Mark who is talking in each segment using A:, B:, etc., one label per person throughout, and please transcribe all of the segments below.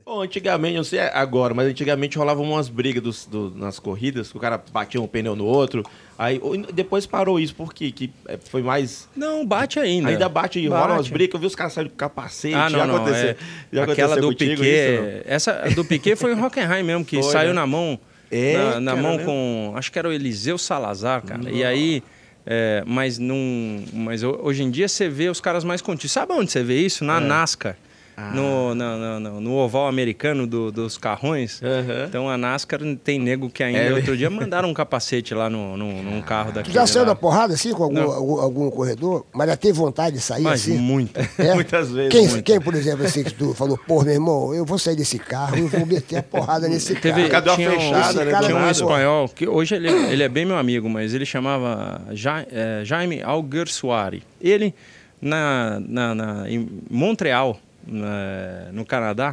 A: Bom, antigamente, não sei agora, mas antigamente rolavam umas brigas nas corridas, que o cara batia um pneu no outro. Aí depois parou isso, por quê? Que foi mais.
B: Não, bate ainda.
A: Ainda bate e rola umas brigas. Eu vi os caras saindo com capacete.
B: Ah, não,
A: já
B: não.
A: Aconteceu, já
B: aquela
A: aconteceu
B: do
A: contigo
B: Piquet.
A: Isso,
B: essa do Piquet foi em Hockenheim mesmo, que
A: foi,
B: saiu
A: né?
B: na mão. Na
A: cara,
B: mão
A: né?
B: com. Acho que era o Eliseu Salazar, cara.
A: Nossa.
B: E aí. Mas hoje em dia você vê os caras mais contidos. Sabe onde você vê isso? Na NASCAR. No oval americano dos carrões.
A: Uhum.
B: Então a NASCAR tem nego que ainda outro dia mandaram um capacete lá num carro daquele.
C: Tu já saiu
B: lá.
C: da porrada assim com algum corredor? Mas já teve vontade de sair
B: Mas
C: assim?
B: muito.
C: É?
A: Muitas vezes.
C: Quem, por exemplo, assim, que tu falou, pô, meu irmão, eu vou sair desse carro e vou meter a porrada nesse carro.
A: Cadê uma
B: tinha
A: fechada, né?
B: Tinha um
A: Nada.
B: espanhol, que hoje ele é bem meu amigo, mas ele chamava Jaime Alguersuari. Ele, em Montreal, no Canadá,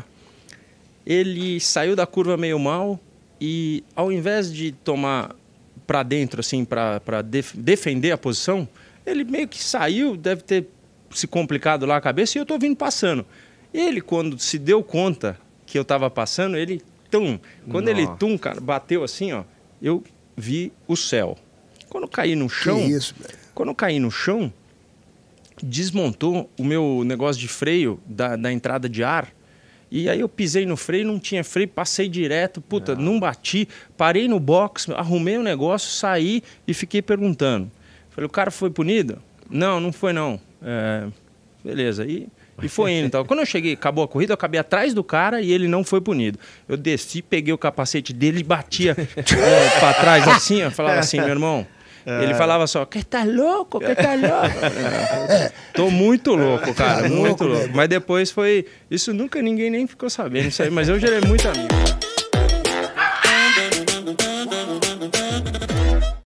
B: ele saiu da curva meio mal e, ao invés de tomar para dentro, assim, para defender a posição, ele meio que saiu, deve ter se complicado lá a cabeça, e eu tô vindo passando. Ele, quando se deu conta que eu tava passando, ele, quando ele, cara, bateu assim, ó, eu vi o céu. Quando eu caí no chão,
C: Que isso, velho?
B: quando eu caí no chão, desmontou o meu negócio de freio da entrada de ar. E aí eu pisei no freio, não tinha freio, passei direto, não bati, parei no box, arrumei o negócio, saí e fiquei perguntando. Falei, o cara foi punido? Não, não foi não. Beleza, e foi indo. Então, quando eu cheguei, acabou a corrida, eu acabei atrás do cara e ele não foi punido. Eu desci, peguei o capacete dele e batia pra trás assim, eu falava assim, meu irmão. Ele falava só, que tá louco, que tá louco. Tô muito louco, cara, muito louco. Mas depois foi... Isso nunca ninguém nem ficou sabendo, isso aí, mas eu já era muito amigo.